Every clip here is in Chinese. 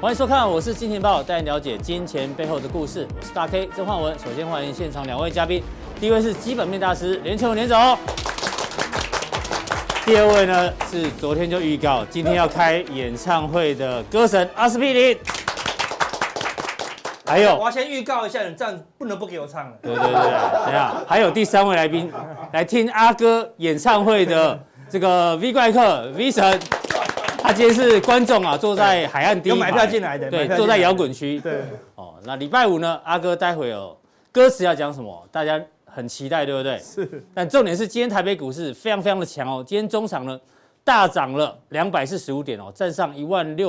欢迎收看，我是金钱豹，带你了解金钱背后的故事。我是大 K 曾焕文。首先欢迎现场2位嘉宾，第一位是基本面大师连乾文连总，第二位呢是昨天就预告今天要开演唱会的歌神阿司匹林，还有我要先预告一下，你这样不能不给我唱了。 对，等一下，还有第3位来宾来听阿哥演唱会的这个 V 怪客 V 神。他今天是观众啊，坐在海岸第一排， 有买票进来的， 对，坐在摇滚区。 对， 哦，那礼拜五呢，阿哥待会有歌词要讲什么，大家很期待，对不对？ 是。 但重点是今天台北股市非常的强哦，今天中场呢大涨了245点哦，站上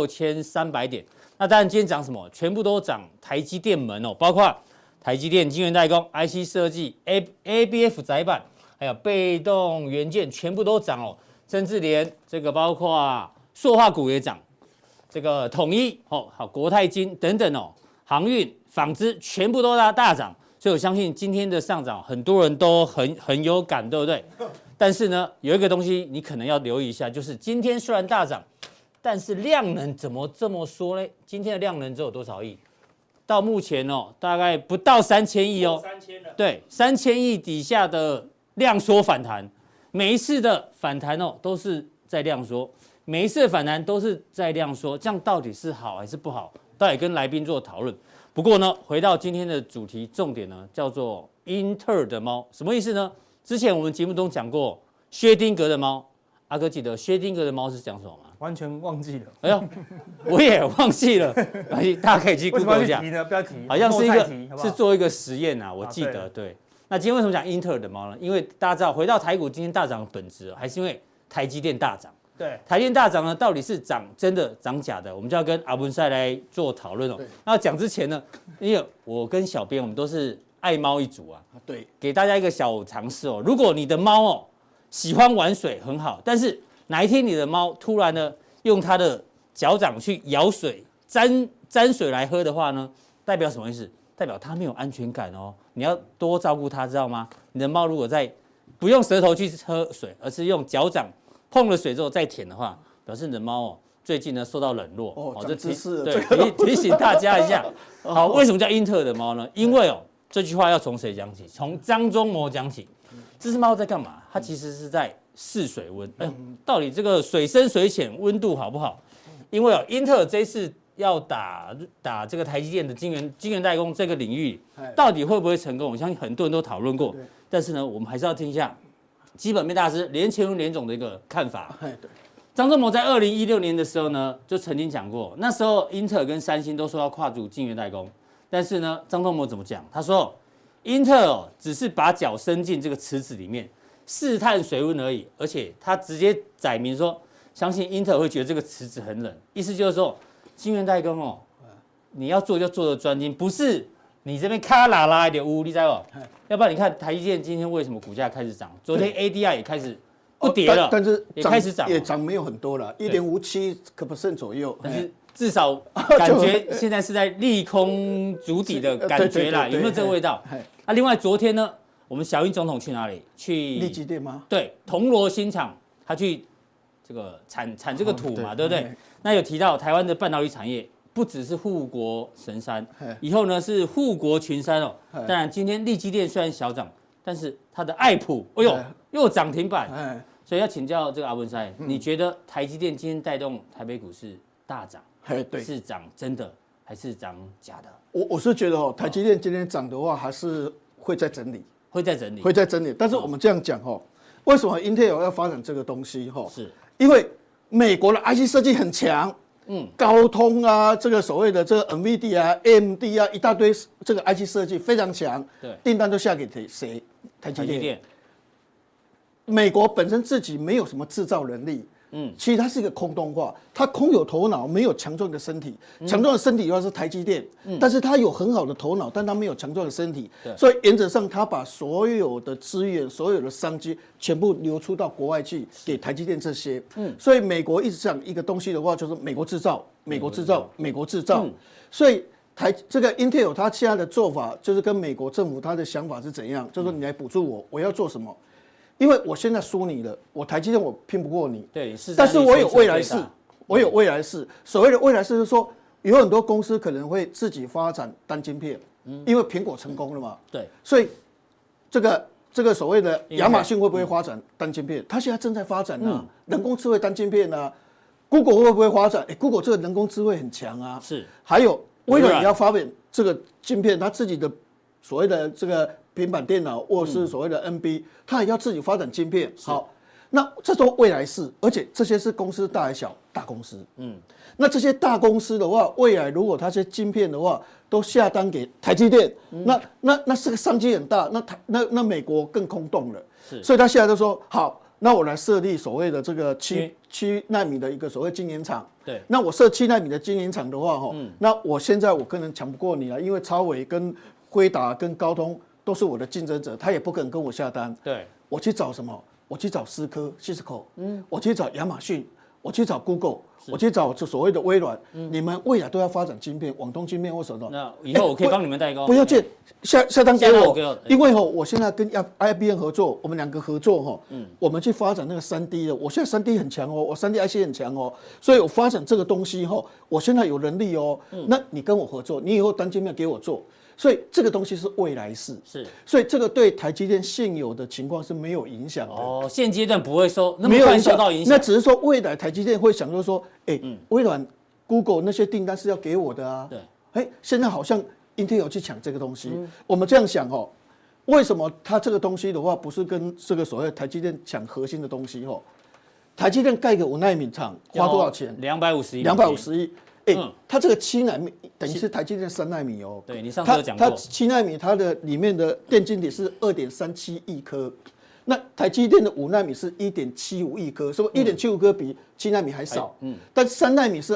16300点。那当然今天涨什么？全部都涨台积电门哦，包括台积电、晶圆代工、IC 设计、ABF 载板，还有被动元件，全部都涨哦，甚至连这个包括塑化股也涨，这个统一哦，好国泰金等等哦，航运、纺织全部都大涨，所以我相信今天的上涨，很多人都很有感，对不对？但是呢，有一个东西你可能要留意一下，就是今天虽然大涨，但是量能怎么这么说呢？今天的量能只有多少亿？到目前哦，大概不到3000亿哦，3000了。对，3000亿底下的量缩反弹，每一次的反弹哦，都是在量缩。每一次的反弹都是在量缩，这样到底是好还是不好？到底跟来宾做讨论。不过呢，回到今天的主题，重点呢叫做英特尔的猫，什么意思呢？之前我们节目中讲过薛丁格的猫，阿哥记得薛丁格的猫是讲什么吗？ 完全忘记了。 哎呦，我也忘记了，大家可以去 Google 一下。 不要提， 好像是一个是做一个实验啊，我记得对。那今天为什么讲英特尔的猫呢？因为大家知道，回到台股今天大涨的本质，还是因为台积电大涨。 对， 台积电大涨呢，到底是涨真的涨假的？我们就要跟阿文赛来做讨论哦。那讲之前呢，因为我跟小编我们都是爱猫一族啊， 对， 给大家一个小常识哦。如果你的猫哦喜欢玩水很好，但是哪一天你的猫突然呢用它的脚掌去舀水、沾水来喝的话呢，代表什么意思？代表它没有安全感哦。你要多照顾它，知道吗？你的猫如果不用舌头去喝水，而是用脚掌碰了水之后再舔的话，表示你的猫哦最近呢受到冷落哦， 这知识对提醒大家一下。好，为什么叫英特尔的猫呢？因为哦这句话要从谁讲起？从张忠谋讲起。这只猫在干嘛？它其实是在试水温。到底这个水深水浅温度好不好？因为哦英特尔这次要打这个台积电的晶圆代工这个领域，到底会不会成功？我相信很多人都讨论过。但是呢，我们还是要听一下基本面大师连乾文连总的一个看法。张忠谋在2016年的时候呢，就曾经讲过，那时候英特尔跟三星都说要跨足晶圆代工，但是呢，张忠谋怎么讲？他说，英特尔只是把脚伸进这个池子里面试探水温而已，而且他直接载明说，相信英特尔会觉得这个池子很冷，意思就是说，晶圆代工哦，你要做就做的专精，不是你这边卡啦啦一点污，你知道不？要不然你看台积电今天为什么股价开始涨？昨天 ADR 也开始不跌了， 但是也开始涨， 也涨没有很多了，1.57% 左右。 但是至少感觉现在是在利空筑底的感觉啦，有没有这个味道？那另外昨天呢，我们小英总统去哪里？去力积电吗？ 对，铜锣新厂，他去这个产这个土嘛，对不对？那有提到台湾的半导体产业不只是护国神山，以后呢是护国群山哦。当然，今天力积电虽然小涨，但是它的爱普，哎呦，又涨停板。所以要请教这个阿文赛，你觉得台积电今天带动台北股市大涨，是涨真的还是涨假的？ 我是觉得哦，台积电今天涨的话，还是会在整理， 会在整理， 会在整理。但是我们这样讲哦，为什么 Intel 要发展这个东西？哈， 是因为美国的 IC 设计很强。高通啊，这个所谓的这个 NVIDIA 啊、AMD 啊，一大堆这个 IC 设计非常强，订单都下给谁？台积电。美国本身自己没有什么制造能力，其实它是一个空洞化，它空有头脑，没有强壮的身体。强壮的身体的话是台积电，但是它有很好的头脑，但它没有强壮的身体，所以原则上它把所有的资源、所有的商机全部流出到国外去，给台积电这些。所以美国一直讲一个东西的话，就是美国制造，美国制造，美国制造。所以这个 Intel 它现在的做法就是跟美国政府它的想法是怎样，就是说你来补助我，我要做什么？因为我现在输你了，我台积电我拼不过你， 对，是， 但是我有未来式，我有未来式。所谓的未来式是说， 有很多公司可能会自己发展单晶片，因为苹果成功了嘛， 对， 所以这个所谓的亚马逊会不会发展单晶片？它现在正在发展啊，人工智慧单晶片啊。Google 会不会发展？Google 这个人工智慧很强啊， 是。 还有微软也要发展这个晶片，它自己的所谓的这个平板电脑，或是所谓的 NB， 它也要自己发展晶片。好，那这都未来式，而且这些是公司大还小？大公司。那这些大公司的话，未来如果它这些晶片的话都下单给台积电，那是个商机很大。那美国更空洞了，所以他现在就说好。那我来设立所谓的这个7奈米的一个所谓晶圆厂。 对。 那我设7奈米的晶圆厂的话，那我现在我可能抢不过你了，因为超微跟辉达跟高通都是我的竞争者，他也不可能跟我下单。 对。 我去找什么？我去找思科 Cisco，我去找亚马逊，我去找 Google， 我去找所谓的微软。你们未来都要发展晶片，网通晶片或什么？ 那以后我可以帮你们代工。 不要借下单给我，因为我现在跟IBM 合作，我们2个合作我们去发展那个3D 的。我现在3D 很强我3D IC 很强所以我发展这个东西我现在有能力那你跟我合作，你以后单晶片给我做。所以这个东西是未来式，所以这个对台积电现有的情况是没有影响的。 现阶段不会那么快受到影响。 那只是说未来台积电会想说，微软、Google 那些订单是要给我的啊。对，现在好像 Intel 去抢这个东西。我们这样想为什么它这个东西的话不是跟这个所谓台积电抢核心的东西台积电盖个5奈米厂花多少钱 ？250亿。 250亿。它这个7奈米等于是台积电3奈米对，你上次有讲过。 它7奈米它的里面的电晶体是2.37亿颗，那台积电的5奈米是1.75亿颗，所以1.75颗比7奈米还少。但3奈米是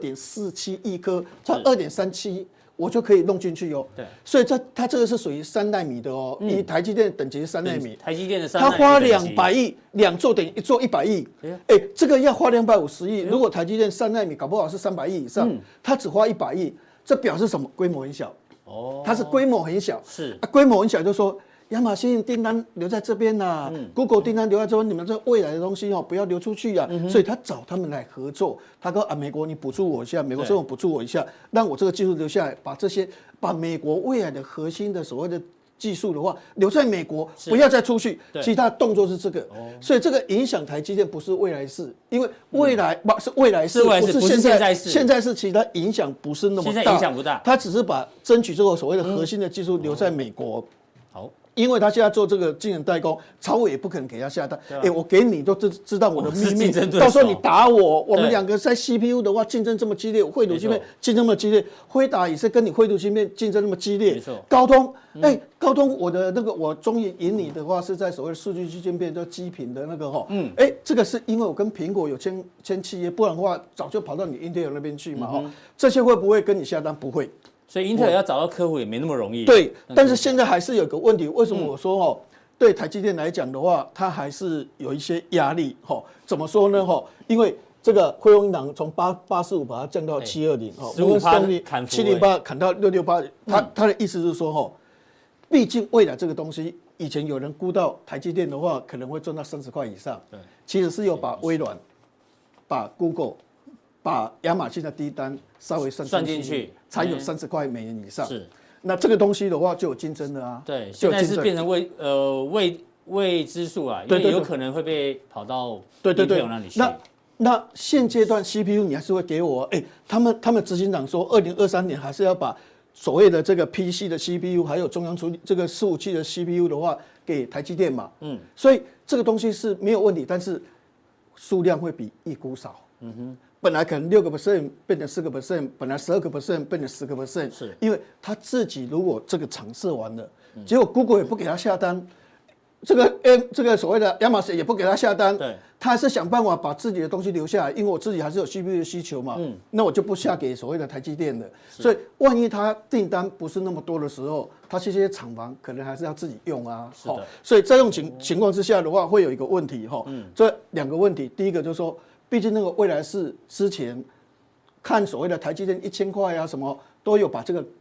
2.47亿颗，差2.37。我就可以弄进去对，所以它这个是属于3奈米的以台积电等级3奈米， 台积电的3奈米， 它花200亿，2座等于1座100亿，这个要花250亿，如果台积电3奈米搞不好是300亿以上，它只花100亿，这表示什么？规模很小，它是规模很小，规模很小，就说亚马逊订单留在这边呐，Google 订单留在这边，你们这未来的东西不要流出去啊，所以他找他们来合作。他说美国你补助我一下，美国政府补助我一下，让我这个技术留下来，把美国未来的核心的所谓的技术的话留在美国，不要再出去。其他动作是这个，所以这个影响台积电不是未来式，因为未来是未来式，不是现在式。现在是其他影响不是那么大， 现在影响不大， 他只是把争取这个所谓的核心的技术留在美国。 好。 因为他现在做这个晶圆代工，超微也不可能给他下单。我给你都知道我的秘密，到时候你打我，我们2个在 CPU 的话竞争这么激烈，绘图芯片竞争那么激烈，辉达也是跟你绘图芯片竞争那么激烈。没错，高通，高通我的那个我终于赢你的话是在所谓的数据芯片叫基频的那个这个是因为我跟苹果有签契约，不然的话早就跑到你 Intel 那边去嘛这些会不会跟你下单？不会。 所以英特尔要找到客户也没那么容易。 对，但是现在还是有个问题，为什么我说对台积电来讲的话，它还是有一些压力怎么说呢因为这个汇丰银行从845把它降到720 15%砍 708砍到668，他的意思是说毕竟未来这个东西，以前有人估到台积电的话可能会赚到30块以上，其实是有把微软、把 Google、把亚马逊的低单稍微算进去。才有30块美元以上，那这个东西的话就有竞争了啊。 对，现在是变成未知数啊，因为有可能会被跑到Intel那里去。 那现阶段 CPU 你还是会给我，他们执行长说2023年还是要把所谓的这个 PC 的 CPU 还有中央处理这个伺服器的 CPU 的话给台积电嘛，所以这个东西是没有问题，但是数量会比预估少。本来可能6% 变成4%，本来12% 变成10%，是因为他自己如果这个厂设完了，结果 Google 也不给他下单，这个所谓的亚马逊也不给他下单，他还是想办法把自己的东西留下来，因为我自己还是有 CPU 的需求嘛，那我就不下给所谓的台积电的，所以万一他订单不是那么多的时候，他这些厂房可能还是要自己用啊，所以在这种情况之下的话，会有一个问题这2个问题，第一个就是说。毕竟那个未来是之前看所谓的台积电1000块啊，什么都有把这个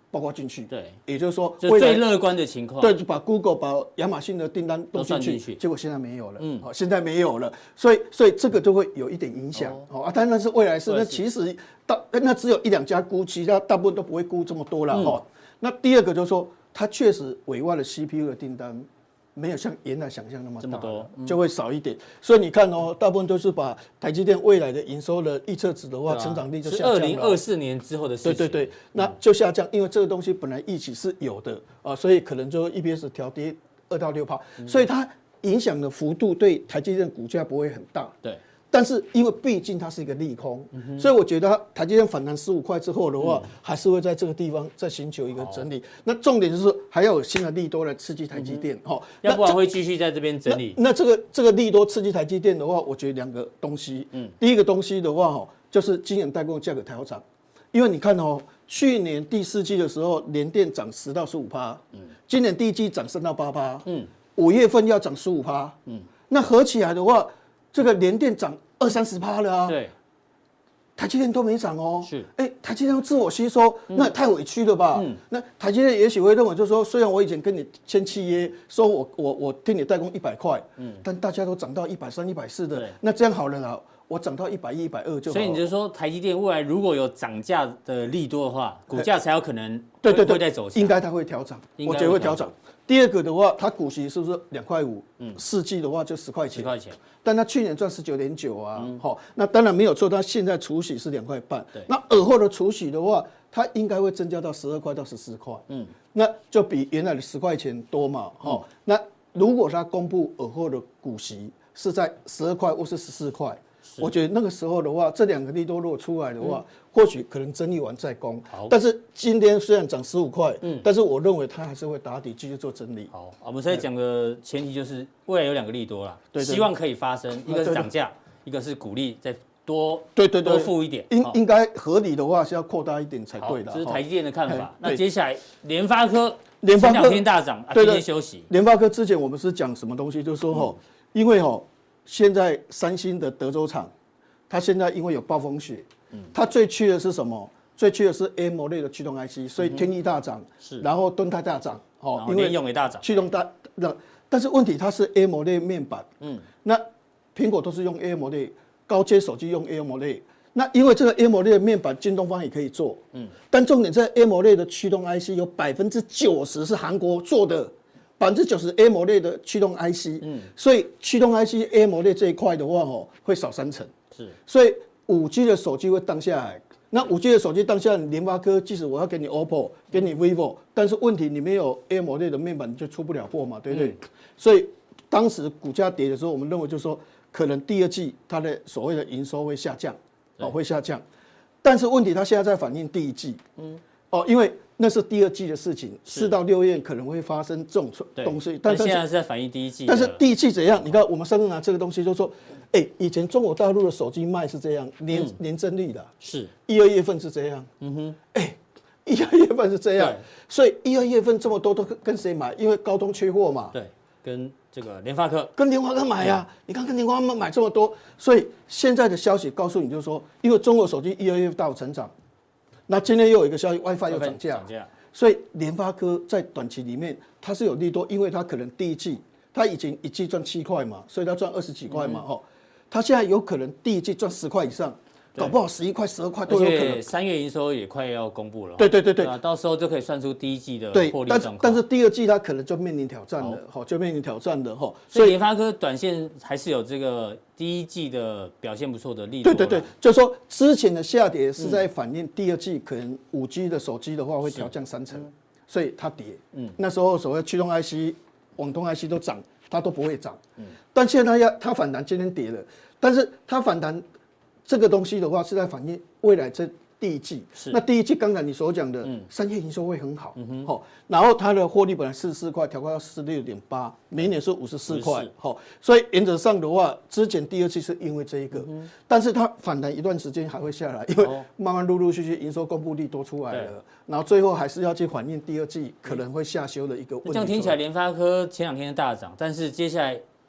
包括进去。 对， 也就是说， 就最乐观的情况。 对，就把 Google 把亚马逊的订单都进去，结果现在没有了。好，现在没有了，所以这个就会有一点影响。当然是未来是，那其实那只有1-2家估，其他大部分都不会估这么多了。那第二个就是说，它确实委外的 CPU 的订单没有像原来想象那么大，就会少一点。所以你看大部分都是把台积电未来的营收的预测值的话，成长率就下降了。 是2024年之后的事情。 对，那就下降，因为这个东西本来预期是有的所以可能就 EPS 调跌2%到6%，所以它影响的幅度对台积电股价不会很大。 对。 但是因为毕竟它是一个利空，所以我觉得台积电反弹15块之后的话，还是会在这个地方再寻求一个整理。那重点就是还要有新的利多来刺激台积电， 要不然会继续在这边整理。 那这个利多刺激台积电的话，我觉得2个东西，第一个东西的话就是晶圆代工价格调涨，因为你看去年第4季的时候，联电涨10到15%，今年第1季涨3到8%，5月份要涨15%，那合起来的话。这个联电涨20-30%了对， 台积电都没涨是， 台积电自我吸收，那也太委屈了吧？那台积电也许会认为，就是说，虽然我以前跟你签契约，说我替你代工100块，但大家都涨到130、140的，那这样好了啦，我涨到110、120就好。 所以你就说台积电未来如果有涨价的利多的话，股价才有可能对会再走强， 应该它会调涨，我觉得会调涨。第二个的话，它股息是不是2.5块？4季的话就10块钱。10 块钱， 但它去年赚19.9啊，那当然没有错，它现在除息是2块半。 对， 那尔后的除息的话，它应该会增加到12块到14块。那就比原来的10块钱多嘛。那如果它公布尔后的股息是在12块或是14块。我觉得那个时候的话，这2个利多如果出来的话，或许可能整理完再攻。但是今天虽然涨15块，但是我认为它还是会打底，继续做整理。 好，我们现在讲的前提就是未来有2个利多啦，希望可以发生，一个是涨价，一个是鼓励再多付一点。 应该合理的话是要扩大一点才对的。 这是台积电的看法。那接下来联发科前2天大涨，今天休息。 联发科之前我们是讲什么东西？就是说因为现在三星的德州厂，它现在因为有暴风雪，它最缺的是什么？最缺的是 AMOLED 的驱动 IC， 所以天翼大涨，然后敦泰大涨， 因为联咏也大涨， 驱动大。但是问题它是 AMOLED 面板，那苹果都是用 AMOLED， 高阶手机用 AMOLED， 那因为这个 AMOLED 的面板，京东方也可以做，但重点在 AMOLED 的驱动 IC 有90%是韩国做的。90% AMOLED 的驱动 IC，所以驱动 IC AMOLED 这一块的话，会少30%。 是， 所以5G 的手机会荡下来。那5G 的手机荡下来，联发科即使我要给你 OPPO， 给你 vivo， 但是问题你没有 AMOLED 的面板，你就出不了货嘛，对不对？所以当时股价跌的时候，我们认为就是说，可能第2季它的所谓的营收会下降，会下降。但是问题它现在在反映第1季，因为那是第2季的事情，4到6月可能会发生这种东西。 但现在是在反映第1季。 但是第1季怎样？你看我们上次拿这个东西就说，以前中国大陆的手机卖是这样，年增率的， 是 1、2月份是这样，1、2月份是这样，所以1、2月份这么多都跟谁买？因为高通缺货嘛。 对，跟这个联发科， 跟联发科买啊！你看跟联发科买这么多，所以现在的消息告诉你就是说，因为中国手机1、2月大有成长。那今天又有一个消息 ，WiFi 又涨价，所以联发科在短期里面它是有利多，因为它可能第1季它已经1季赚7块嘛，所以它赚20几块嘛，它现在有可能第1季赚10块以上，搞不好11块、12块都有可能。 3月营收也快要公布了， 对， 到时候就可以算出第1季的获利状况。 但是第2季它可能就面临挑战了，就面临挑战的哈。 所以联发科短线还是有这个第1季的表现不错的利多。 对，就是说之前的下跌是在反映第2季可能5G 的手机的话会调降30%，所以它跌。那时候所谓驱动 IC、网通 IC 都涨，它都不会涨。但现在它反弹，今天跌了，但是它反弹这个东西的话是在反映未来这第1季。那第1季刚才你所讲的3月营收会很好，然后它的获利本来44块，调高到46.8，明年是54块，所以原则上的话，之前第2季是因为这一个，但是它反弹一段时间还会下来，因为慢慢陆陆续续营收公布利多出来了，然后最后还是要去反映第2季可能会下修的一个问题。 这样听起来，联发科前2天大涨，但是接下来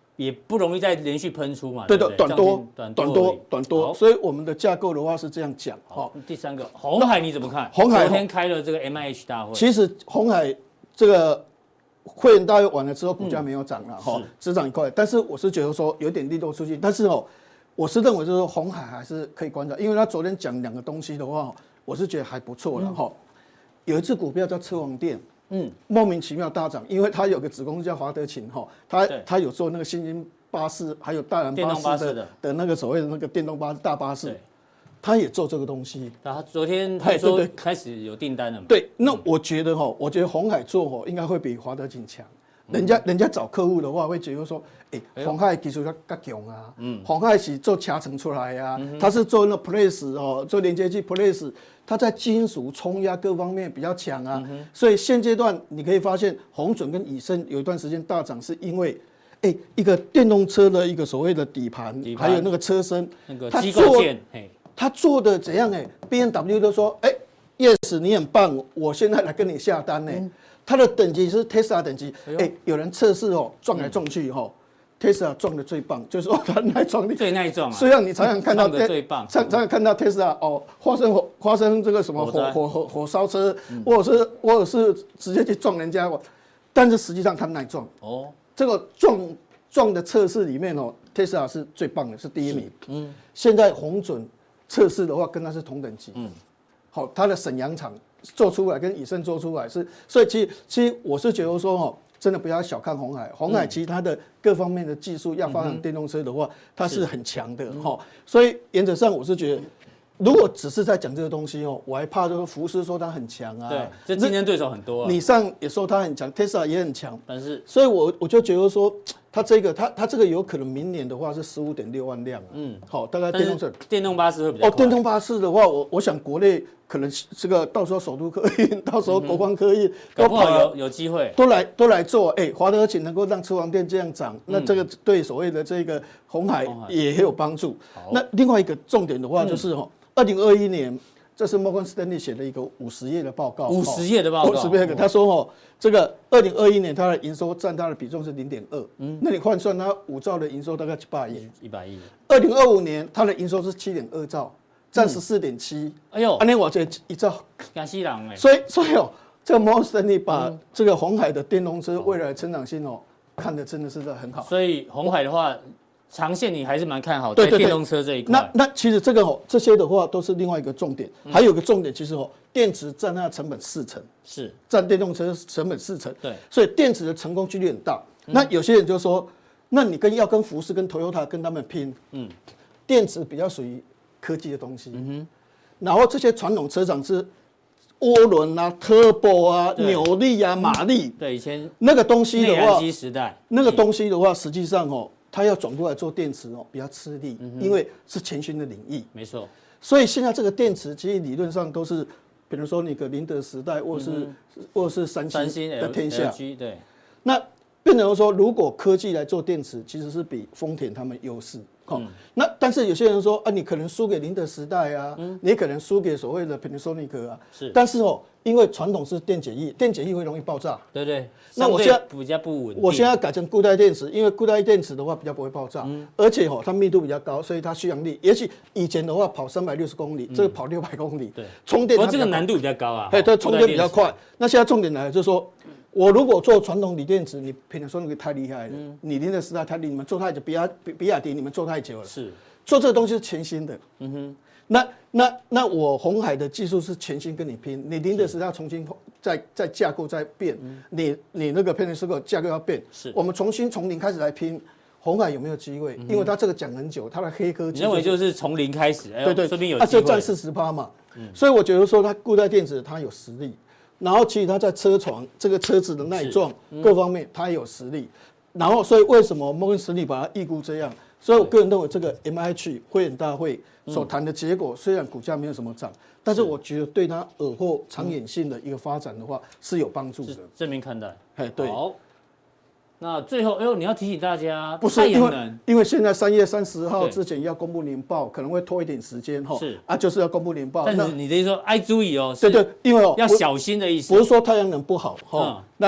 也不容易再连续喷出嘛。 对的，短多， 好所以我们的架构的话是这样讲。 好，第三个鸿海你怎么看？ 鸿海昨天开了这个 MIH 大会， 其实鸿海这个会员大会完了之后，股价没有涨了哈，只涨1块。但是我是觉得说有点利多出尽，但是我是认为就是说鸿海还是可以观察，因为他昨天讲2个东西的话，我是觉得还不错了哈。有一只股票叫车王电，莫名其妙大涨，因为它有个子公司叫华德勤哈，它有做那个新兴巴士，还有大蓝巴士的那个所谓的那个电动巴士大巴士，它也做这个东西。 他昨天他说开始有订单了嘛？ 对，那我觉得鸿海做应该会比华德勤强。人家找客户的话，会觉得说，鸿海技术较强啊，鸿海是做夹层出来啊，它是做那 place 做连接器 place， 它在金属冲压各方面比较强啊，所以现阶段你可以发现，鸿准跟以盛有一段时间大涨，是因为，一个电动车的一个所谓的底盘，还有那个车身， 那个机构件， 他做的怎样？BMW 都说，Yes， 你很棒，我现在来跟你下单呢。它的等级是 Tesla 等级，有人测试撞来撞去Tesla 撞的最棒，就是说它耐撞力最耐撞啊。 虽然你常常看到最棒， 常常看到 Tesla 发生这个什么火烧车，或者是直接去撞人家，但是实际上它耐撞。这个撞的测试里面Tesla 是最棒的，是第一名。现在鸿准测试的话，跟它是同等级。好，它的沈阳厂做出来跟以盛做出来是，所以其实我是觉得说真的不要小看鸿海，鸿海其实它的各方面的技术要发展电动车的话，它是很强的所以原则上我是觉得，如果只是在讲这个东西我还怕就是福斯说它很强啊， 对，这竞争对手很多啊， 你上也说它很强 ，Tesla 也很强， 但是所以我就觉得说。它这个有可能明年的话是15.6万辆，好，大概电动巴士会比较快。 电动巴士的话，我想国内可能这个到时候首都客运，到时候国光客运， 搞不好有机会， 都来做，华德勤能够让车王电这样涨，那这个对所谓的这个鸿海也很有帮助。那另外一个重点的话就是2021年。这是摩根斯丹利写的一个50页的报告 ，50页的报告 ，50页。他说这个2021年它的营收占它的比重是0.2，那你换算它5兆的营收大概700亿 ，100亿。 2025年它的营收是7.2兆，占14.7， 哎呦， 安尼我这1兆， 亚西郎哎， 所以这个摩根斯丹利把这个鸿海的电动车未来的成长性看得真的是很好。 所以鸿海的话。长线你还是蛮看好在电动车这一块。 那其实这些的话都是另外一个重点，还有个重点，其实电池占它的成本40%， 是占电动车成本40%， 对， 所以电池的成功几率很大。那有些人就说，那你要跟福斯跟 Toyota 跟他们拼，电池比较属于科技的东西，然后这些传统车厂是涡轮啊、turbo 啊、扭力啊、马力， 对，以前那个东西的话， 内燃机时代， 那个东西的话，实际上它要转过来做电池比较吃力，因为是全新的领域。 没错。 所以现在这个电池其实理论上都是，比如说你个宁德时代或者是三星的天下。 对。 那变成说，如果科技来做电池，其实是比丰田他们优势。那但是有些人说你可能输给宁德时代啊，你可能输给所谓的 Panasonic 啊。 是。 但是因为传统是电解液，电解液会容易爆炸。 对。 那我现在比较不稳定。 我现在改成固态电池，因为固态电池的话比较不会爆炸，而且它密度比较高，所以它续航力，也许以前的话跑360公里，这个跑600公里。 对。 充电。 这个难度比较高啊。 对，充电比较快。那现在重点来了，就是说。我如果做传统锂电池，你Panasonic太厉害了，你宁德时代太厉害，你们做太久，比亚迪你们做太久了。 是， 做这个东西是全新的。那我鸿海的技术是全新跟你拼，你宁德时代要重新再架构再变，你那个Panasonic架构要变， 是， 我们从零开始来拼。鸿海有没有机会？因为他这个讲很久，他的黑科技。 你认为就是从零开始？ 对， 说不定有机会。 就占40%嘛。所以我觉得说他固态电池它有实力。然后其实它在车床这个车子的耐撞各方面它也有实力，然后所以为什么摩根士丹利把它预估这样？所以我个人认为这个 MIH 会员大会所谈的结果，虽然股价没有什么涨，但是我觉得对它尔后长远性的一个发展的话是有帮助的。 正面看待。 对。 好。那最后，你要提醒大家， 不是因为现在3月30号之前要公布年报，可能会拖一点时间就是要公布年报。 但是你的意思说，注意对，因为要小心的意思。 不是说太阳能不好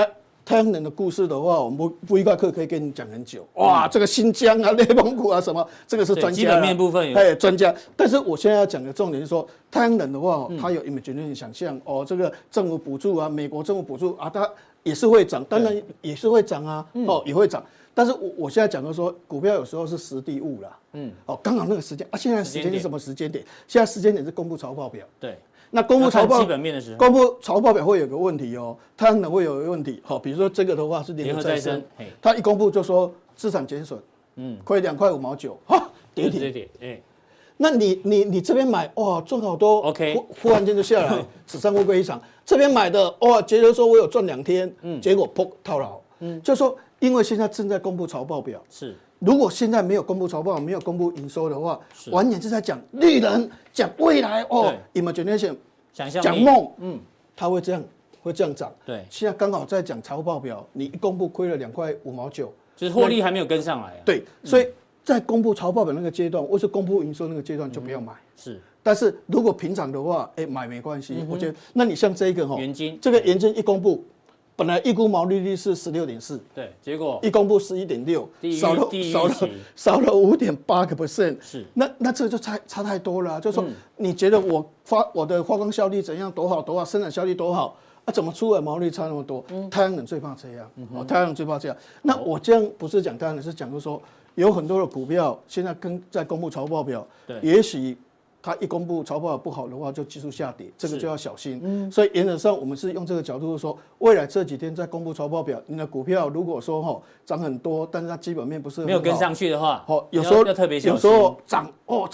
太阳能的故事的话，我们不一块课可以跟你讲很久。哇，这个新疆啊、内蒙古啊什么，这个是专家。 基本面部分有专家。但是我现在要讲的重点是说，太阳能的话，它有 imagination 想象哦，这个政府补助啊，美国政府补助啊，它也是会涨，当然也是会涨啊，也会涨。但是我现在讲的说，股票有时候是时地物啦，刚好那个时间啊，现在时间是什么时间点？现在时间点是公布财报表， 对。 那公布财报基本面的时候， 公布财报表会有个问题哦，太阳能会有个问题，比如说这个的话是联合再生，它一公布就说资产减损，亏2块5毛9，跌停，那你这边买哇赚好多 ，OK， 忽然间就下来，此上乌龟一场。这边买的哇，觉得说我有赚2天，结果砰套牢，就说因为现在正在公布财报表， 是。 如果现在没有公布财报，没有公布营收的话，完全是在讲绿人，讲未来哦 ，imagination， 讲梦，它会这样涨。 对， 现在刚好在讲财报表，你一公布亏了2块5毛9， 就是获利还没有跟上来啊。 对，所以在公布财报表那个阶段，或是公布营收那个阶段就不要买。 是， 但是如果平常的话，买没关系。我觉得，那你像这一个元晶， 这个元晶一公布。本来预估毛利率是16.4， 对，结果一公布11.6，少了5.8%， 是， 那这就差太多了，就是说你觉得我的化工效率怎样多好，生产效率多好啊？怎么出来毛利差那么多？太阳能最怕这样，太阳能最怕这样。那我这样不是讲太阳能，是讲说有很多的股票现在在公布财报表，也许。它一公布财报不好的话，就技术下跌，这个就要小心。所以原则上，我们是用这个角度说，未来这几天在公布财报表，你的股票如果说涨很多，但是它基本面不是很好没有跟上去的话， 有时候要特别小心。 有时候涨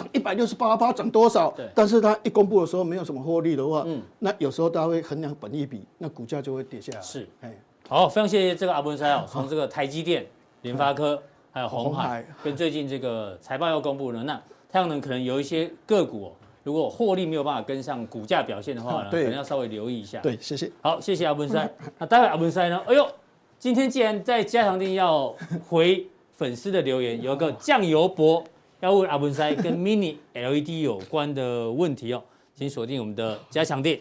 168%，涨多少？但是它一公布的时候没有什么获利的话，那有时候大家会衡量本益比，那股价就会跌下来。 是，好，非常谢谢这个阿文塞从这个台积电、联发科还有鸿海，跟最近这个财报要公布呢，那太阳能可能有一些个股如果获利没有办法跟上股价表现的话呢，可能要稍微留意一下。 对，谢谢。 好，谢谢阿文塞。那待会阿文塞呢？哎呦，今天既然在加强店要回粉丝的留言，有个酱油伯要问阿文塞跟 Mini LED 有关的问题哦，请锁定我们的加强店。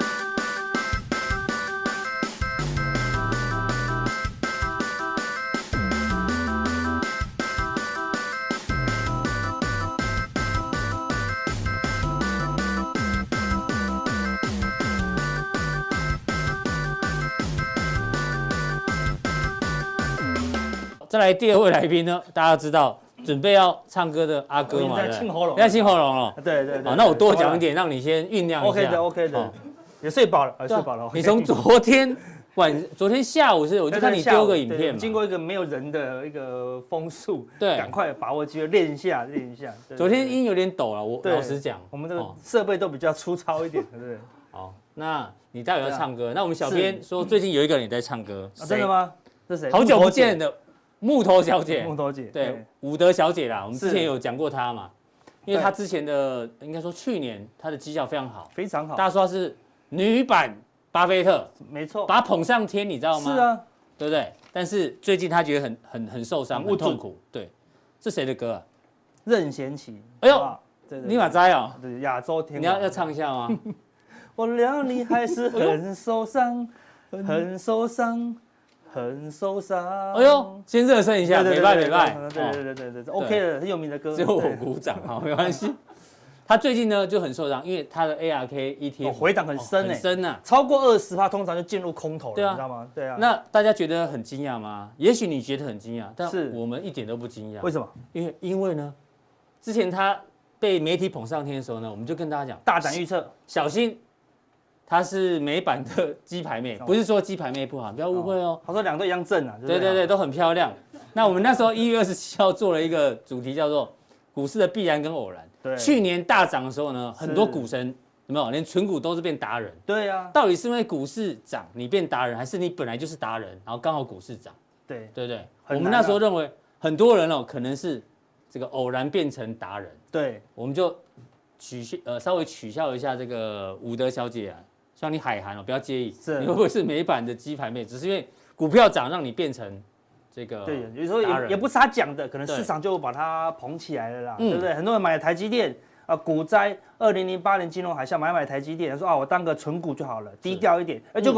再来第二位来宾呢，大家知道准备要唱歌的阿哥嘛， 在清喉咙， 要清喉咙了。 对。 好，那我多讲一点，让你先酝酿一下。 OK 的，也睡饱了，睡饱了。 你从昨天下午我就看你丢个影片嘛， 经过一个没有人的一个风速， 对， 赶快把握机会练一下。 昨天音有点抖了，我老实讲， 我们的设备都比较粗糙一点，对不对？ 好，那你待会要唱歌，那我们小编说最近有一个人也在唱歌， 真的吗？这谁？ 好久不见的。木头小姐， 对， 伍德小姐啦，我们之前有讲过她嘛，因为她之前的应该说去年她的绩效非常好， 非常好， 大家说她是女版巴菲特， 没错， 把她捧上天，你知道吗？ 是啊， 对不对？但是最近她觉得很受伤，很痛苦。对，是谁的歌啊？ 任贤齐。 哎呦，你马摘啊？ 对，亚洲天王。 你要唱一下吗？ 我谅你还是很受伤，很受伤。很受伤。 哎呦，先热身一下，没拜。 对 ，OK 的，很有名的歌。 只有我鼓掌，好，没关系。他最近呢就很受伤，因为他的 ARK ETF 回档很深， 很深呐， 超过20%通常就进入空头了，你知道吗？对啊。 那大家觉得很惊讶吗？也许你觉得很惊讶，但我们一点都不惊讶。 为什么？ 因为呢，之前他被媒体捧上天的时候呢，我们就跟大家讲， 大胆预测， 小心。她是美版的鸡排妹，不是说鸡排妹不好，不要误会哦。 他说两队一样正啊， 对，都很漂亮。那我们那时候1月27号做了一个主题，叫做股市的必然跟偶然。 对， 去年大涨的时候呢，很多股神有没有？连存股都是变达人。 对啊， 到底是因为股市涨你变达人，还是你本来就是达人，然后刚好股市涨？对不对？我们那时候认为很多人可能是这个偶然变成达人。 对， 我们就稍微取笑一下这个伍德小姐啊。希望你海涵不要介意。你会不会是美版的鸡排妹？只是因为股票涨让你变成这个对，有时候也不是他讲的，可能市场就把它捧起来了啦，对不对？很多人买了台积电啊，股灾2008年金融海啸买台积电，说啊我当个纯股就好了，低调一点。结果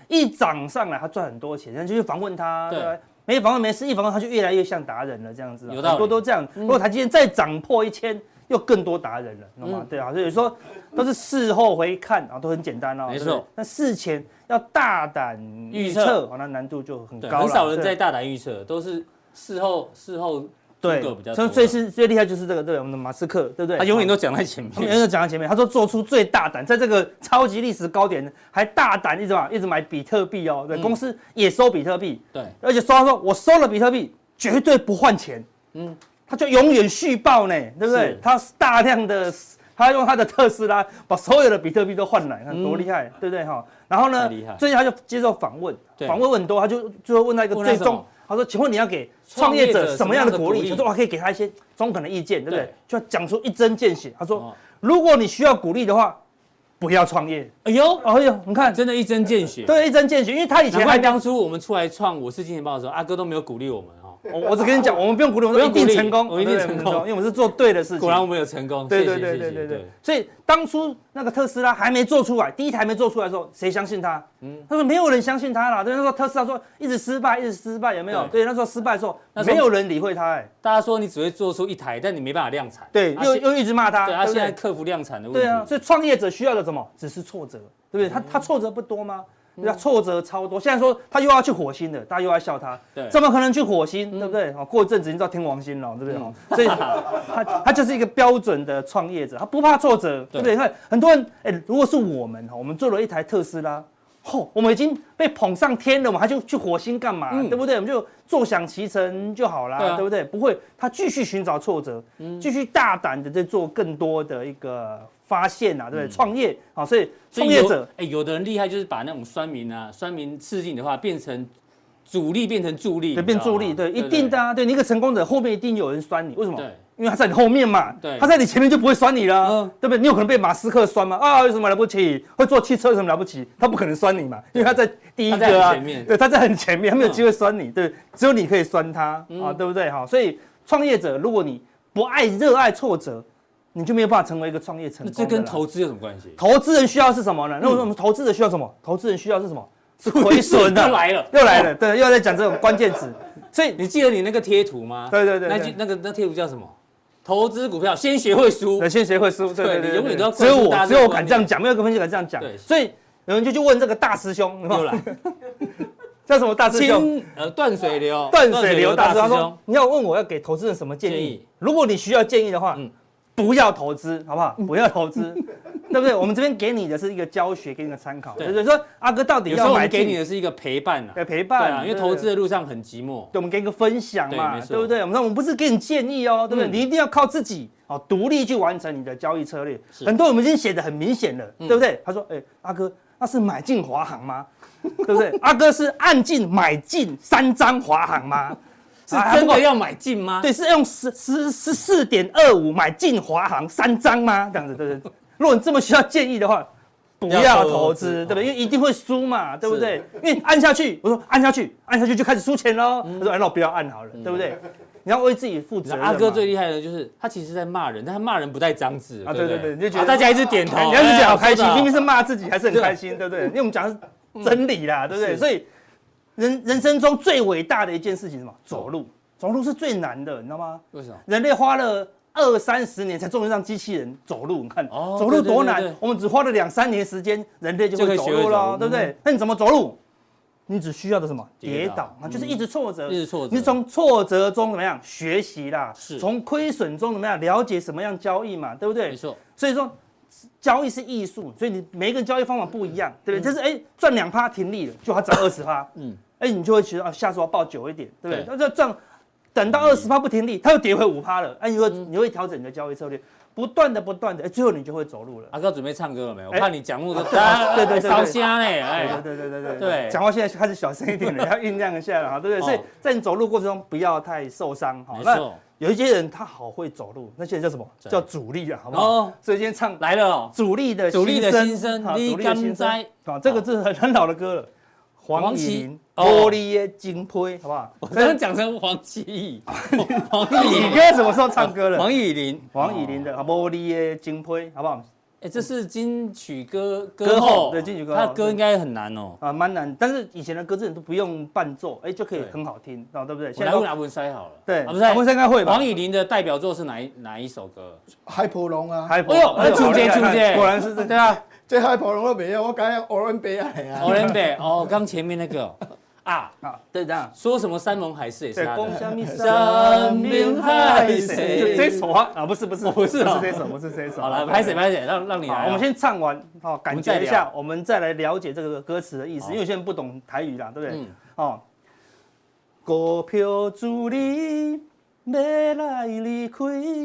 一涨上来他赚很多钱，人就去访问他，对吧？没访问没事，一访问他就越来越像达人了，这样子，很多都这样。如果台积电再涨破1000，又更多达人了，懂吗？对啊，所以说都是事后回看啊，都很简单哦， 没错。 那事前要大胆预测，那难度就很高了。 很少人在大胆预测，都是事后。 对，所以最厉害就是这个，对我们的马斯克，对不对？ 他永远都讲在前面， 永远都讲在前面。他说做出最大胆，在这个超级历史高点，还大胆一直买比特币哦。对，公司也收比特币， 对， 而且他说我收了比特币，绝对不换钱，他就永远续报呢，对不对？他大量的，他用他的特斯拉把所有的比特币都换来，看多厉害，对不对哈？然后呢，最近他就接受访问，访问很多，他就问到一个最终。他说：“请问你要给创业者什么样的鼓励？”他说：“我可以给他一些中肯的意见，对不对？就要讲出一针见血。”他说：“如果你需要鼓励的话，不要创业。”哎呦，你看， 真的一针见血。 对，一针见血，因为他以前当初我们出来创《我是金钱豹》的时候，阿哥都没有鼓励我们哦。 我只跟你讲，我们不用鼓励，我们一定成功， 我们一定成功， 因为我们是做对的事情。 果然我们有成功。 对。所以当初那个特斯拉还没做出来，第一台没做出来的时候，谁相信他？他说没有人相信他啦。对，那时候特斯拉说一直失败，有没有？对，那时候失败的时候，没有人理会他。 大家说你只会做出一台，但你没办法量产。 对，又一直骂他。 对，他现在克服量产的问题。 对啊，所以创业者需要的什么？只是挫折，对不对？他挫折不多吗？对啊，挫折超多。现在说他又要去火星了，大家又要笑他，怎么可能去火星？对不对？过一阵子你知道天王星了，对不对？所以他就是一个标准的创业者，他不怕挫折，对不对？看很多人，如果是我们做了一台特斯拉，我们已经被捧上天了，我们还就去火星干嘛？对不对？我们就坐享其成就好啦，对不对？不会，他继续寻找挫折，继续大胆的在做更多的一个发现啊，对不对？创业啊，所以创业者， 有的人厉害，就是把那种酸民刺激你的话变成阻力，变成助力， 对，变助力，对，一定的啊，对，你一个成功者后面一定有人酸你，为什么？因为他在你后面嘛，他在你前面就不会酸你了，对不对？你有可能被马斯克酸吗？啊，有什么了不起？会做汽车有什么了不起？他不可能酸你嘛，因为他在第一个啊，对，他在很前面，他没有机会酸你，对，只有你可以酸他啊，对不对？哈，所以创业者，如果你不热爱挫折，你就没有办法成为一个创业成功的。 这跟投资有什么关系？ 投资人需要是什么呢？那我们投资者需要什么？投资人需要是什么？是亏损的，又来了，对，又在讲这种关键词。所以你记得你那个贴图吗？ 对， 那贴图叫什么？投资股票先学会输， 先学会输，对， 你永远都要。 只有我敢这样讲，没有一个分析敢这样讲。所以有人就问这个大师兄， 又来， 叫什么大师兄？ 断水流大师兄。你要问我要给投资人什么建议？如果你需要建议的话，不要投资，好不好？不要投资，对不对？我们这边给你的是一个教学，给你的参考。对，说阿哥到底要买？ 给你的是一个陪伴啊， 陪伴。 对啊，因为投资的路上很寂寞。 对，我们给一个分享嘛，对不对？我们不是给你建议哦，对不对？你一定要靠自己独立去完成你的交易策略。很多我们已经写得很明显了，对不对？他说，阿哥，那是买进华航吗？对不对？阿哥是按进买进3张华航吗？ 是真的要买进吗？ 对，是用14.25买进华航3张吗？这样子，对不对？如果你这么需要建议的话，不要投资，对不对？因为一定会输嘛，对不对？因为按下去，我说按下去就开始输钱喽。他说，那我不要按好了，对不对？你要为自己负责任。 阿哥最厉害的就是他其实在骂人，但他骂人不带脏字啊，对，你就觉得大家一直点头， 你要是讲好开心，明明是骂自己还是很开心，对不对？因为我们讲的是真理啦，对不对？所以人生中最伟大的一件事情是什么？走路是最难的，你知道吗？ 为什么？ 人类花了20-30年才终于让机器人走路，你看走路多难，我们只花了2-3年时间，人类就会走路了，对不对？那你怎么走路？你只需要的什么？跌倒啊，就是一直挫折，你从挫折中怎么样学习啦？从亏损中怎么样了解什么样交易嘛，对不对？ 没错。 所以说交易是艺术，所以你每一个交易方法不一样，对不对？就是赚2%停利了，就它涨20%，你就会觉得下次要抱久一点，对不对？那这赚等到20%不停利，它又跌回5%了，你会调整你的交易策略。不断的，最后你就会走路了。 阿哥准备唱歌了没有？我怕你讲路都对烧瞎嘞， 对，讲话现在开始小声一点了，要酝酿一下了，对不对？所以在你走路过程中不要太受伤， 没错。 有一些人他好会走路，那些人叫什么？叫主力啊，好不好？所以今天唱来了， 主力的心声， 你敢知？ 这个是很老的歌了。黄以玲玻璃的金胚，好不好？ 我刚刚讲成黄绮怡， 你哥什么时候唱歌了？ 黄以玲的玻璃的金胚，好不好？ 这是金曲歌后， 对，金曲歌后， 他的歌应该很难哦。 啊，蛮难，但是以前的歌词都不用伴奏，就可以很好听，对不对？ 我来问阿文塞好了， 对， 不是， 阿文塞应该会吧？ 黄以玲的代表作是哪一首歌？ 海波龙啊， 海波， 出街， 果然是这， 对啊， 这海波龙都没有，我刚刚欧伦比亚啊， 欧伦比哦，刚前面那个。 对这样说什么山盟海誓也是他的。 山盟海誓，这首啊，不是这首。 好了，拍谁，让你来。 我们先唱完，感觉一下，我们再来了解这个歌词的意思，因为我现在不懂台语啦，对不对？股票主理要来离开，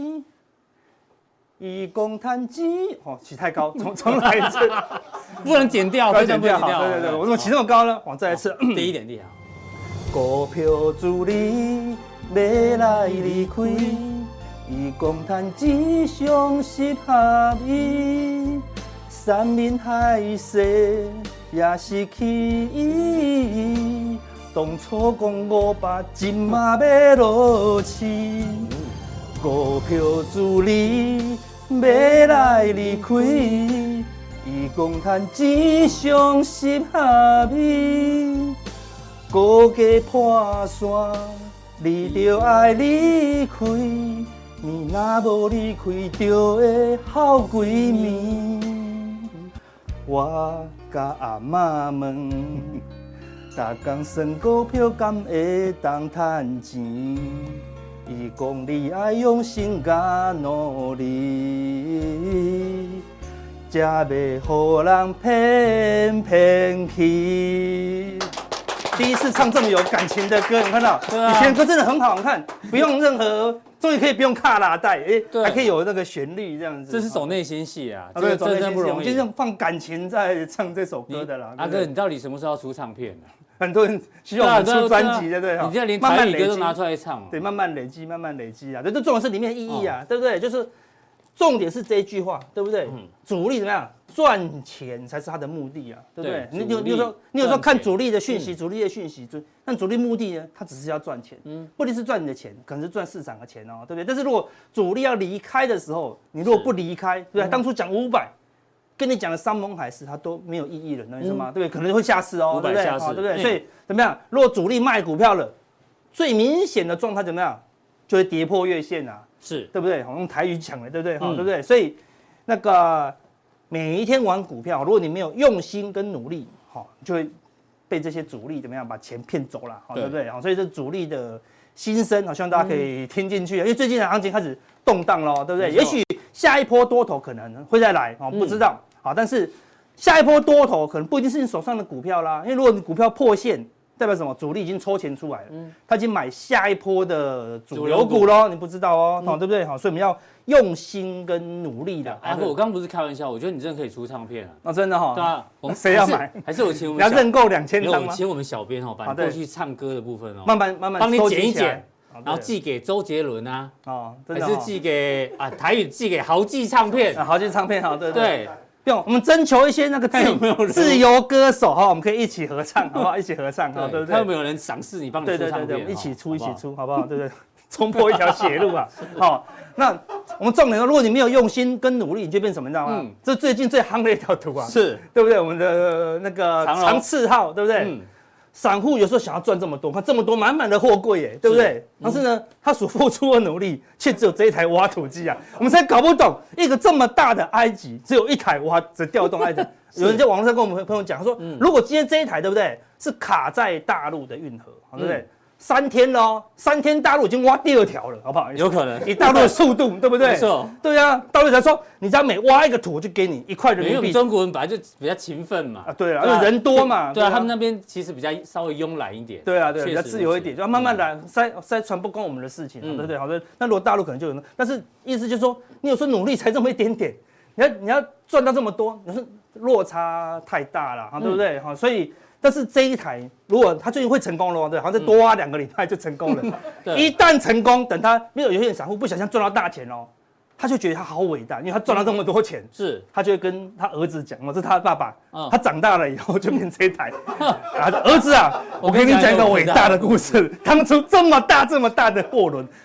伊讲趁钱，起太高，重来一次。 不能剪掉，非常不能剪掉。 对，我怎么起这么高呢？再来一次， 低一点地好。 股票主理要来离开，伊讲趁钱相适合伊，山盟海誓也失去意义。当初讲500，今嘛要落市。股票主理要来离开。伊讲趁钱相适合伊，高价破线，你就爱离开。你若无离开，就会好几暝。我甲阿嬷问，逐工算股票敢会当趁钱？伊讲你爱用心甲努力。才袂互人骗去。第一次唱这么有感情的歌，有看到？对啊。以前的歌真的很好看，不用任何，终于可以不用卡拉带，还可以有那个旋律这样子。 这是走内心戏啊， 这真不容易。就是放感情在唱这首歌的啦。 阿哥，你到底什么时候要出唱片呢？ 很多人希望我们出专辑，对不对？ 你现在连台语歌都拿出来唱， 对，慢慢累积啊。对，这重点是里面的意义啊，对不对？就是。重点是这一句话，对不对？主力怎么样？赚钱才是他的目的啊，对不对？你有时候看主力的讯息，但主力目的呢，他只是要赚钱，不一定是赚你的钱，可能是赚市场的钱哦，对不对？但是如果主力要离开的时候，你如果不离开，对不对？当初讲500，跟你讲的山盟海誓，它都没有意义了，能意思吗？对不对？可能会下市哦，对不对？对不对？所以怎么样？如果主力卖股票了，最明显的状态怎么样？就会跌破月线啊。 是对不对？用台语讲的，对不对？对不对？所以那个每一天玩股票，如果你没有用心跟努力，就会被这些主力怎么样把钱骗走了，对不对？所以这主力的心声，希望大家可以听进去，因为最近的行情开始动荡了，对不对？也许下一波多头可能会再来，不知道，但是下一波多头可能不一定是你手上的股票啦，因为如果你股票破线。代表什么？主力已经抽钱出来了，他已经买下一波的主流股喽，你不知道哦，对不对？好，所以我们要用心跟努力的。 阿哥，我刚刚不是开玩笑，我觉得你真的可以出唱片啊！ 真的哈。 对啊， 我们谁要买？ 还是我请我们要认购2000张吗？ 请我们小编把你过去唱歌的部分慢慢帮你剪一剪，然后寄给周杰伦啊，还是寄给台语寄给豪记唱片， 豪记唱片好，对。我们征求一些那个自由歌手我们可以一起合唱，好不好？一起合唱，对不对？ 看有没有人赏识你，帮你出唱片， 一起出，好不好？对不对？冲破一条血路啊！那我们重点说，如果你没有用心跟努力，你就变什么？你知道吗？这最近最夯的一条图啊， 是对不对？我们的那个长次号，对不对？散户有时候想要赚这么多，看这么多满满的货柜耶，对不对？但是呢，他所付出的努力却只有这一台挖土机啊！我们才搞不懂，一个这么大的埃及只有一台只调动埃及。有人在网络上跟我们朋友讲，他说，如果今天这一台对不对，是卡在大陆的运河，对不对？3天喽，3天大陆已经挖第2条了，好不好？ 有可能， 以大陆的速度，对不对？ 没错， 对啊，大陆才说，你只要每挖一个土，就给你1块人民币。 因为我们中国人本来就比较勤奋嘛， 对啊，因为人多嘛， 对啊，他们那边其实比较稍微慵懒一点， 对啊，比较自由一点，就要慢慢来，塞船不关我们的事情，对不对？好的，那如果大陆可能就有，但是意思就是说，你有时候努力才这么一点点，你要赚到这么多，你说落差太大了，对不对？所以。但是这一台，如果他最近会成功了，对，好像再多挖2个礼拜就成功了。一旦成功，等他没有些散户不小心赚到大钱哦，他就觉得他好伟大，因为他赚了这么多钱，他就会跟他儿子讲，这是他爸爸，他长大了以后就变这一台。儿子啊，我跟你讲一个伟大的故事，当初这么大的货轮，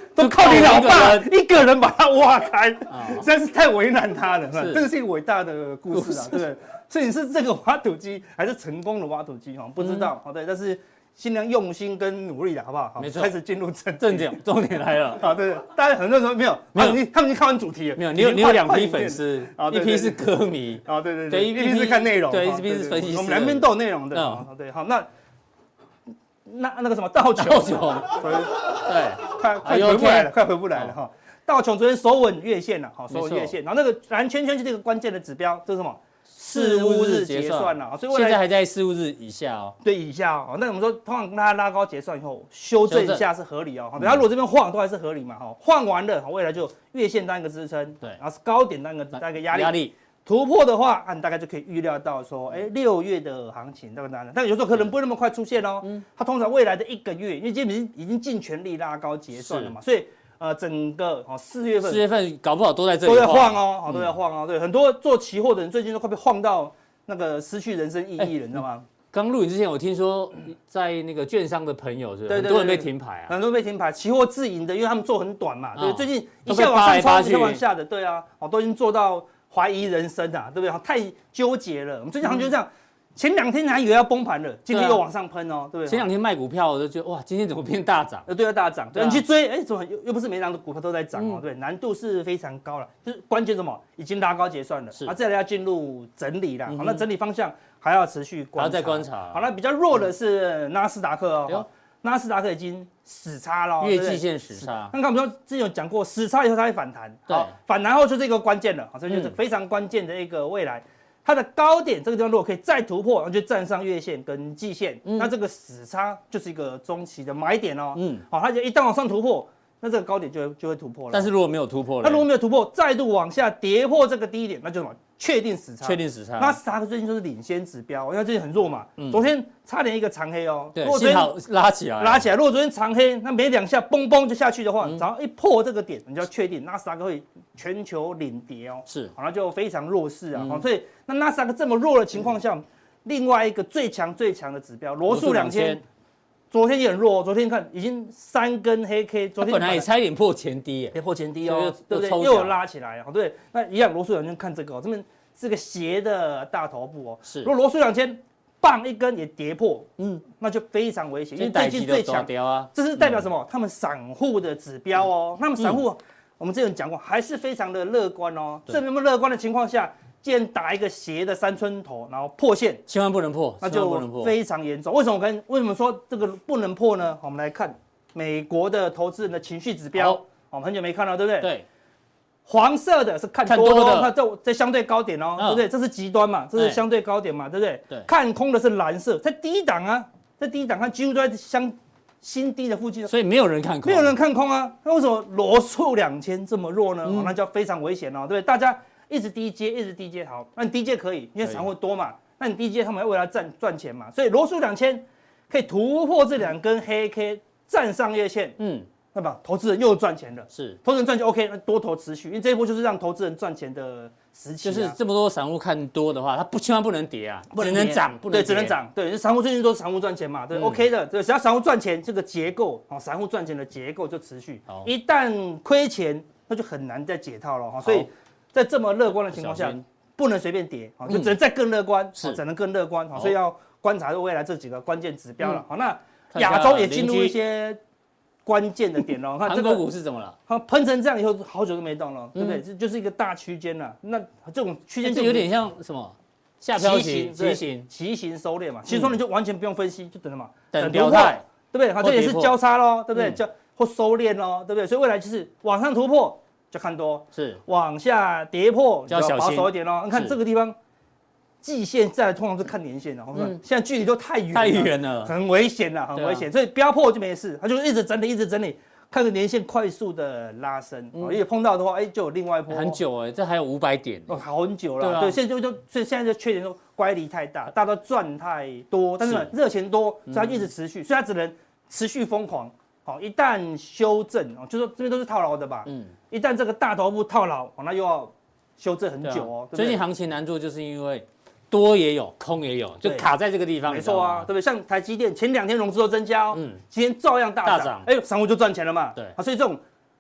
都靠你老爸一个人把它挖开，实在是太为难他了。这个是一个伟大的故事啊，对不对？所以你是这个挖土机还是成功的挖土机不知道，对，但是尽量用心跟努力了，好不好？ 没错， 开始进入正点，重点来了。 好，对，大家很多人说没有，他们已经看完主题了。 没有，你有2批粉丝，一批是歌迷， 对，一批是看内容， 对，一批是分析师， 我们两边都有内容的。对，好，那个什么道琼，对，快回不来了，快回不来了哈。道琼昨天守稳月线了，守稳月线，然后那个蓝圈圈就是一个关键的指标，这是什么？事务日结算了，所以现在还在事务日以下哦。 对，以下哦。那我们说，通常它拉高结算以后，修正一下是合理哦。它如果这边晃都还是合理嘛，晃完了，未来就月线当一个支撑，对，然后是高点当一个压力。突破的话，大概就可以预料到说，6月的行情这个单，但有时候可能不会那么快出现哦。它通常未来的1个月，因为基本已经尽全力拉高结算了嘛，所以整个4月份搞不好都在这里都在晃哦，都在晃哦。对，很多做期货的人最近都快被晃到那个失去人生意义了，你知道吗？ 刚录影之前，我听说在那个券商的朋友，很多人被停牌啊， 很多人被停牌，期货自营的，因为他们做很短嘛，对，最近一下往上冲，一下往下的，对啊，都已经做到怀疑人生啊，对不对？太纠结了。我们最近好像就这样，前2天还以为要崩盘了，今天又往上喷哦，对不对？ 前2天卖股票，我就觉得哇，今天怎么变大涨？ 对，大涨。对，你去追，怎么又不是每档的股票都在涨哦？对，难度是非常高了。就是关键什么？已经拉高结算了，再来要进入整理了。好，那整理方向还要持续观察， 还要再观察。 好，那比较弱的是纳斯达克哦。纳斯达克已经死叉了， 月季线死叉。 刚刚我们说之前有讲过，死叉以后它会反弹，好，反弹后就是一个关键了，好，这就是非常关键的一个未来。它的高点这个地方如果可以再突破，那就站上月线跟季线，那这个死叉就是一个中期的买点哦。好，它就一旦往上突破，那这个高点就会突破了。 但是如果没有突破， 它如果没有突破，再度往下跌破这个低点，那就什么？确定死叉， 确定死叉。 纳斯达克最近就是领先指标，因为最近很弱嘛，昨天差点一个长黑哦。 对，幸好拉起来。 如果昨天长黑，那没2下嘣嘣就下去的话，只要一破这个点，你就要确定纳斯达克会全球领跌哦。 是， 好，那就非常弱势啊。所以那纳斯达克这么弱的情况下，另外一个最强的指标罗素2000。昨天也很弱，昨天看已经3根黑 K， 昨天本来也差一点破前低耶， 也破前低哦，对不对？又有拉起来，对，那一样罗素2000看这个，这边是个斜的大头部哦，是。如果罗素2000棒一根也跌破，那就非常危险，因为最近最强，这是代表什么？他们散户的指标哦，他们散户我们之前讲过，还是非常的乐观哦，这么乐观的情况下。既然打一个斜的3村头，然后破线， 千万不能破， 那就非常严重。为什么说这个不能破呢？我们来看美国的投资人的情绪指标，我们很久没看了，对不对？ 对， 黄色的是看多的，它在相对高点哦，对不对？这是极端嘛，这是相对高点嘛，对不对？对，看空的是蓝色，在低档啊，在低档看几乎都在新低的附近， 所以没有人看空， 没有人看空啊。那为什么罗素2000这么弱呢？那就非常危险哦，对不对？大家。一直低阶，好，那你低阶可以，因为散户多嘛，那你低阶他们要为了赚钱嘛，所以罗素2000可以突破这2根黑 K， 站上月线，那么投资人又赚钱了，是，投资人赚钱 OK， 那多头持续，因为这一波就是让投资人赚钱的时期， 就是这么多散户看多的话，它千万不能跌啊，只能涨， 对，只能涨，对，散户最近都是散户赚钱嘛，对 ，OK 的，对，只要散户赚钱，这个结构，散户赚钱的结构就持续，一旦亏钱，那就很难再解套了哈，所以。在这么乐观的情况下，不能随便跌，就只能再更乐观，只能更乐观，所以要观察未来这几个关键指标了。好，那亚洲也进入一些关键的点了。看韩国股市怎么了？ 它喷成这样以后，好久都没动了，对不对？这就是一个大区间了。那这种区间就有点像什么下飘型、 旗形收敛嘛。其实说你就完全不用分析，就等什么？ 等表态， 对不对？好，这也是交叉咯，对不对？或收敛咯，对不对？所以未来就是往上突破。就看多，是往下跌破就要保守一点哦。你看这个地方，季线再通常是看年线的，现在距离都太远了，很危险了，很危险。所以不要破就没事，它就一直整理，看个年线快速的拉升。因为碰到的话，就有另外一波。 很久这还有500点， 好很久了。对，现在所以现在就缺点说乖离太大，大家都赚太多，但是热钱多，所以它一直持续，所以它只能持续疯狂。好，一旦修正就说这边都是套牢的吧，一旦这个大头部套牢，那又要修正很久哦。 最近行情难做，就是因为多也有，空也有，就卡在这个地方。 没错啊，对不对？像台积电前2天融资都增加哦，今天照样大涨，散户就赚钱了嘛。对，所以这种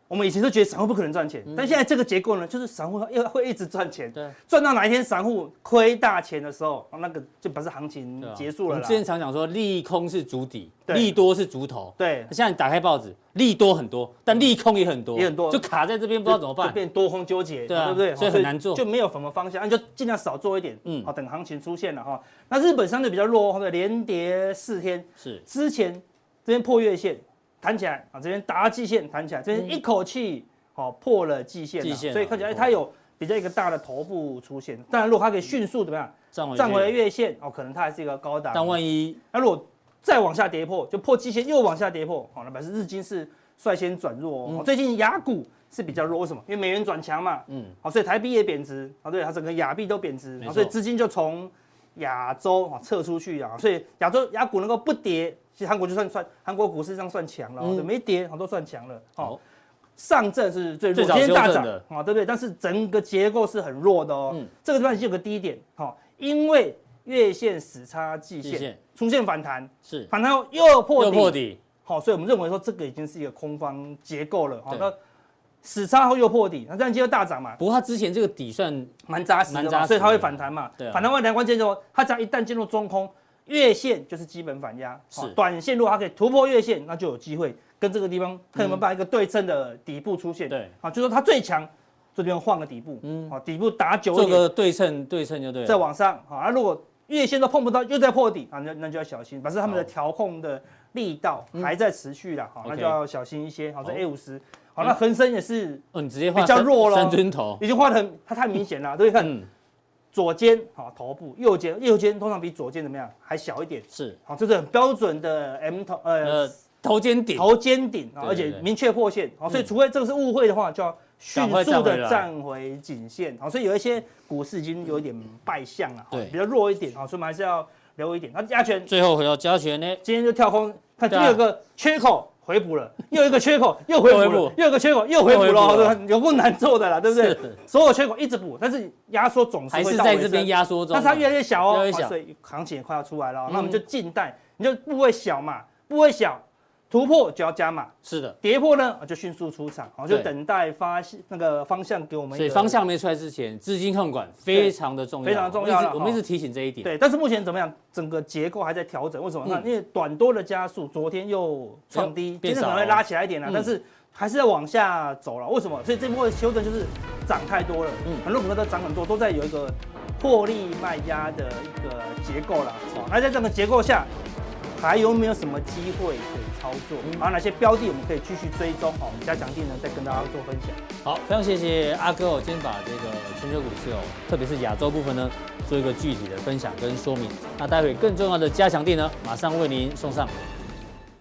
我们以前都觉得散户不可能赚钱，但现在这个结构呢，就是散户会一直赚钱，赚到哪一天散户亏大钱的时候，那个就表示行情结束了啦。 我们之前常讲说，利空是主底，利多是主头。 对， 现在你打开报纸，利多很多，但利空也很多，就卡在这边，不知道怎么办， 就变多空纠结，对不对？ 所以很难做， 就没有什么方向，那就尽量少做一点，好，等行情出现了哈。那日本相对比较弱，连跌4天， 是之前这边破月线弹起来啊，这边打季线弹起来，这边一口气。破了季线，所以看起来它有比较一个大的头部出现。当然，如果它可以迅速怎么样站回月线，可能它还是一个高档。 但万一那如果再往下跌破，就破季线又往下跌破，那表示日经是率先转弱。最近亚股是比较弱，为什么？因为美元转强嘛，所以台币也贬值，对，它整个亚币都贬值，所以资金就从亚洲撤出去啊，所以亚股能够不跌，其实韩国就算韩国股市上算强了，没跌都算强了。好。上证是最弱，今天大涨啊，对不对？但是整个结构是很弱的哦。这个地方有个低点，因为月线死叉季线出现反弹，是反弹后又破底，好，所以我们认为说这个已经是一个空方结构了。好，那死叉后又破底，那这样就大涨嘛。 不过它之前这个底算蛮扎实的，所以它会反弹嘛。反弹关键就是它只要一旦进入中空，月线就是基本反压，短线如果它可以突破月线，那就有机会。跟这个地方看有没有办法一个对称的底部出现，对，就说它最强，这地方换个底部，底部打9点， 做个对称就对了， 再往上，如果月线都碰不到，又在破底，那就要小心，表示他们的调控的力道还在持续啦，那就要小心一些。好，这 A50，好，那恒生也是， 你直接比较弱了， 三尊头已经画的它太明显了，对不对？看左肩头部，右肩通常比左肩怎么样还小一点，是，好，这是很标准的 M 头， 头肩顶， 而且明确破线，好，所以除非这个是误会的话，就要迅速的站回颈线，好，所以有一些股市已经有一点败相了，对，比较弱一点，好，所以我们还是要留一点。那加权最后回到加权呢， 今天就跳空，看这边有个缺口回补了，又一个缺口又回补了，又一个缺口又回补了，有够难做的啦，对不对？所有缺口一直补，但是压缩总数还是在这边压缩中， 但是它越来越小哦，所以行情也快要出来了，那我们就静待，你就部位小嘛，部位小。突破就要加码， 是的， 跌破呢就迅速出场，就等待那个方向给我们。 所以方向没出来之前，资金控管非常的重要， 非常重要。 我们一直提醒这一点。 对，但是目前怎么样？整个结构还在调整，为什么？因为短多的加速，昨天又创低，今天可能会拉起来一点了，但是还是要往下走了。为什么？所以这波的修正就是涨太多了，很多股票都涨很多，都在有一个获利卖压的一个结构了。那在这个结构下，还有没有什么机会可以操作？哪些标的我们可以继续追踪？我们加强定呢再跟大家做分享。 好，非常谢谢阿哥今天把这个全球股市特别是亚洲部分呢，做一个具体的分享跟说明。那待会更重要的加强定呢，马上为您送上。